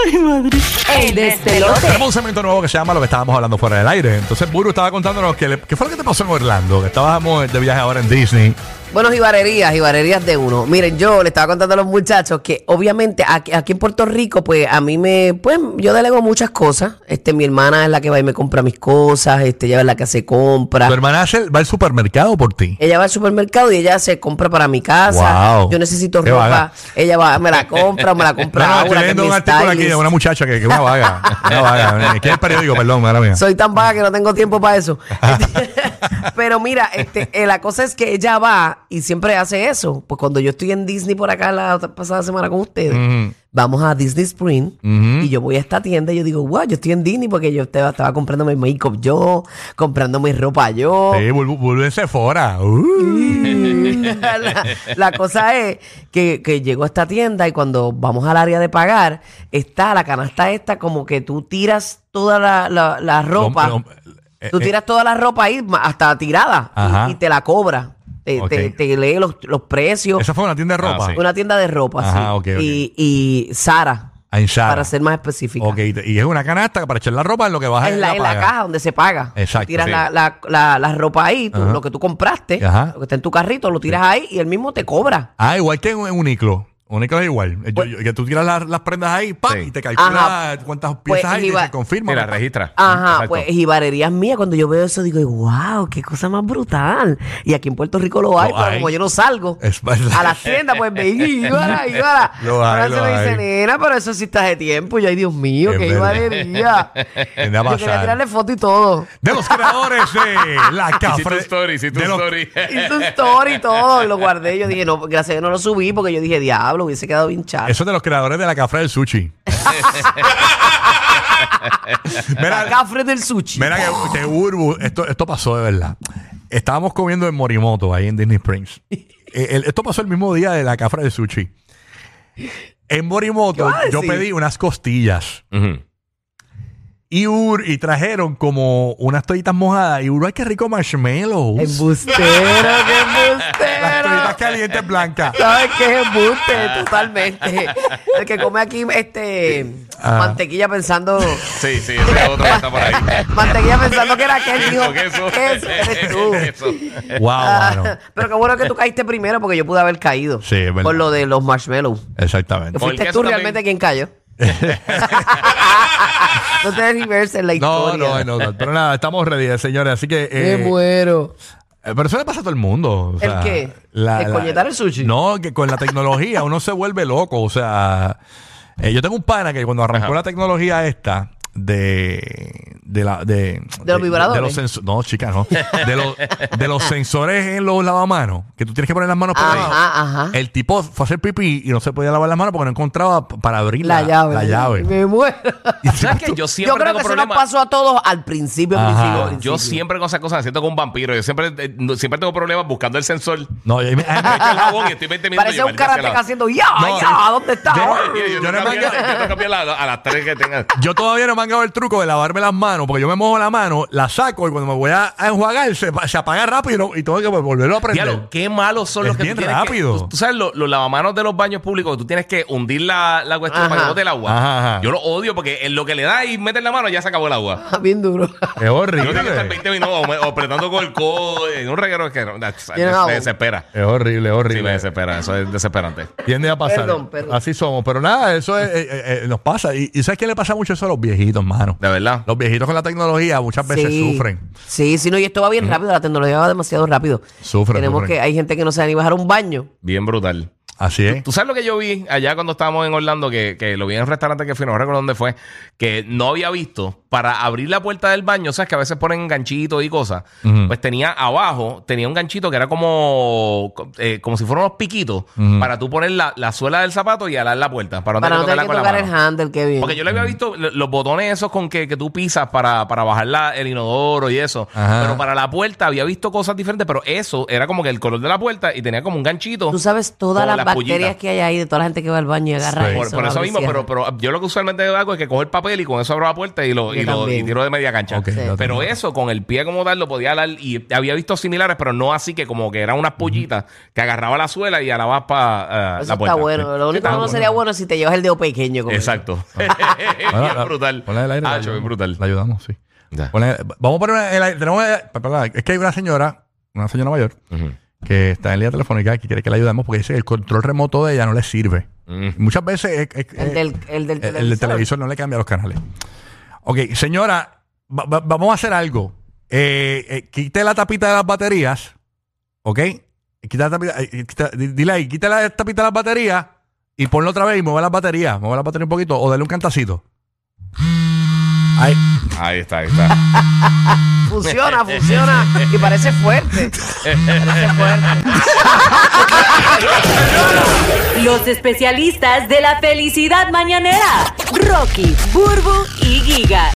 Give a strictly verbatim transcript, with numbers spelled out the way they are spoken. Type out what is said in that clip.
Ay, madre. El despelote. Tenemos un segmento nuevo que se llama Lo que estábamos hablando fuera del aire. Entonces, Buru estaba contándonos que le- qué fue lo que te pasó en Orlando, que estábamos de viaje ahora en Disney. Bueno, jibarerías, jibarerías de uno. Miren, yo le estaba contando a los muchachos que obviamente aquí, aquí en Puerto Rico, pues a mí me, pues yo delego muchas cosas. Este, mi hermana es la que va y me compra mis cosas, este, ella es la que hace compras. Tu hermana hace- va al supermercado por ti. Ella va al supermercado y ella se compra para mi casa. Wow. Yo necesito Qué ropa. vaga. Ella va, me la compra, me la compra No, no, estoy Aura, que es leyendo mi un artículo aquí de stylist. una muchacha que que es una vaga. Una vaga. ¿Qué es el periódico? Perdón, madre mía. Soy tan vaga que no tengo tiempo para eso. Pero mira, este, eh, la cosa es que ella va y siempre hace eso. Pues cuando yo estoy en Disney por acá la otra- pasada semana con ustedes, Ujú. vamos a Disney Spring Ujú. y yo voy a esta tienda y yo digo, wow, yo estoy en Disney porque yo estaba, estaba comprando mi make-up yo, comprando mi ropa yo. Sí, Buru Buru en Sephora. Uh. la, la cosa es que, que llego a esta tienda y cuando vamos al área de pagar, está la canasta esta como que tú tiras toda la, la- la ropa. Lo- lo- eh, Tú eh, tiras toda la ropa ahí, ma- hasta tirada, Ajá. y, y te la cobra. Te, Ok. te- te lee los, los precios. Esa fue una tienda de ropa. Ah, sí. Una tienda de ropa, Ajá, sí. ok, ok. Y, y Sara, Ah, en Zara. para ser más específica. Ok, y te- y es una canasta para echar la ropa en lo que vas a En la, en la caja donde se paga. Exacto, Tú tiras sí. la, la, la, la ropa ahí, tú- Ajá. lo que tú compraste, Ajá. lo que está en tu carrito, lo tiras ahí y él mismo te cobra. Ah, igual que en en Uniclo. Uniclo es igual. Yo- yo- que tú tiras las, las prendas ahí, ¡pam! Sí. Y te calcula Ajá. cuántas Pues, piezas hay y iba- te confirma. Y la registra. Ajá, Exacto. pues jibarerías mías, cuando yo veo eso digo, wow, qué cosa más brutal. Y aquí en Puerto Rico lo hay, Lo pero hay. como yo no salgo Es verdad. a las tiendas, pues ven y jíbara, jíbara. Lo hay, Ahora se lo me dice, hay. nena, pero eso sí está de tiempo. Y yo, ay, Dios mío, Es qué verdad. jibarería. Tiende a Yo quería pasar. tirarle foto y todo. De los creadores de la Hiciste cafre. un story, hiciste de un los- story. Hice un story y todo, y lo guardé. Yo dije, no, gracias a Dios no lo subí porque yo dije, diablo, hubiese quedado bien chato. Eso es de los creadores de la cafre del sushi. La Mira, cafre del sushi. mira que, que Burbu, esto, esto pasó de verdad. Estábamos comiendo en Morimoto, ahí en Disney Springs. Eh, el- esto pasó el mismo día de la cafre del sushi. En Morimoto, ¿Qué vas a yo decir? pedí unas costillas. Ujú. Y, Ur, y trajeron como unas toallitas mojadas. Y Ur, ay, qué rico marshmallows. Embustero, qué Las embustero. toallitas calientes blancas. ¿Sabes qué es embuste? Totalmente. El que come aquí este Ah. mantequilla pensando. Sí, sí, ese es otro que está por ahí. Mantequilla pensando que era aquel, dijo. Queso, queso. Queso, eres tú. Queso. Wow, Ah, mano. pero qué bueno que tú caíste primero porque yo pude haber caído. Sí, es verdad. Por lo de los marshmallows. Exactamente. Con el Fuiste queso tú también. realmente quien cayó. No te reverse en la No, historia. no, no, pero nada, estamos ready, señores. Así que. Me eh, muero. eh, pero eso le pasa a todo el mundo. o ¿El sea, qué? ¿El coñetar el sushi? No, que con la tecnología uno se vuelve loco. O sea, eh, yo tengo un pana que cuando arrancó Ajá. la tecnología esta de. De, la, de, ¿De los vibradores? De los senso- no, chica, no. De los, de los sensores en los lavamanos, que tú tienes que poner las manos por ahí. Ajá, ajá. El tipo fue a hacer pipí y no se podía lavar las manos porque no encontraba p- para abrir la, La llave. la llave. Me muero. ¿Sabes qué? Yo siempre Yo creo tengo que eso nos problemas. pasó a todos al principio, Ajá. principio, Yo principio. Yo siempre con esas cosas me siento como un vampiro. Yo siempre, eh, no- siempre tengo problemas buscando el sensor. No, y- Me echo el jabón y estoy veinte minutos. Parece yo, un maldita sea karateca la- haciendo ya, No, ya, ¿dónde está? yo- Yo, yo, Yo yo, no he tengo que cambiar- manga- yo tengo que cambiar la- a las tres que tengan. Yo todavía no me han dado el truco de lavarme las manos, porque yo me mojo la mano, la saco y cuando me voy a, a enjuagar se, pa- se apaga rápido y, no- y tengo que volverlo a prender. Diablo, qué malos son Es los que bien tú tienes que- rápido. tú, tú sabes, lo- los lavamanos de los baños públicos, tú tienes que hundir la, la cuestión Ajá. para que bote el agua. Ajá, ajá. Yo lo odio porque en lo que le da y mete la mano ya se acabó el agua. Ah, bien duro. Es Yo tengo que estar horrible. veinte minutos o, me- o apretando con el codo en un reguero que no, me, Tiene agua. me desespera. Es horrible, es Sí, horrible. me desespera. Eso es desesperante. Tiende a pasar. Perdón, perdón. Así somos. Pero nada, eso es, eh, eh, eh, nos pasa. Y, y ¿sabes qué le pasa mucho eso a los viejitos, mano? De verdad. Los viejitos con la tecnología muchas veces Sí. sufren. Sí, sí, no, y esto va bien rápido, la tecnología va demasiado rápido. Sufren, Tenemos sufren. que, hay gente que no sabe ni bajar un baño. Bien brutal. Así es. ¿Tú sabes lo que yo vi allá cuando estábamos en Orlando? Que, que lo vi en un restaurante que fui, no recuerdo dónde fue, que no había visto. Para abrir la puerta del baño, ¿sabes? Que a veces ponen ganchitos y cosas. Ujú. Pues tenía abajo, tenía un ganchito que era como eh, como si fueran unos piquitos Ujú. para tú poner la, la suela del zapato y alar la puerta. Para no Para no tener tener que que tocarla tocar con el la mano. handle, qué bien. Porque yo le había visto lo- los botones esos con que, que tú pisas para, para bajar la- el inodoro y eso. Ajá. Pero para la puerta había visto cosas diferentes, pero eso era como que el color de la puerta y tenía como un ganchito. Tú sabes todas Como las, las bacterias pullitas. que hay ahí de toda la gente que va al baño y agarra Sí. eso. Por, por eso abre y mismo, cierra. pero, pero yo lo que usualmente hago es que cojo el papel y con eso abro la puerta y lo, yo y, lo, también. y tiro de media cancha. Ok, Sí. lo Pero tengo. eso, con el pie como tal, lo podía alar. Y había visto similares, pero no así que como que eran unas pollitas que agarraba la suela y alabas para Eso la puerta. está bueno. Lo único está que no bueno. sería bueno es si te llevas el dedo pequeño. Con Exacto. Bueno, Bien la- brutal. ponle el aire, la Hacho, ayudamos. bien brutal. La ayudamos, sí. Ya. Ponle- vamos a poner el aire. Tenemos, perdón, es que hay una señora, una señora mayor, Ujú. que está en línea telefónica que quiere que la ayudemos porque dice que el control remoto de ella no le sirve. Mm. Muchas veces es- es- El del, el del el, el del televisor. televisor no le cambia los canales. Ok, señora, va- va- vamos a hacer algo. Eh, eh, quite la tapita de las baterías. ¿Ok? Quita la tapita, eh, quita- di- dile ahí, quita la tapita de las baterías y ponlo otra vez y mueve las baterías. Mueve las baterías un poquito o dale un cantacito. Ahí. Ahí está, ahí está. Funciona, funciona. Y parece fuerte. Parece fuerte. Los especialistas de la felicidad mañanera, Rocky, Burbu y Giga.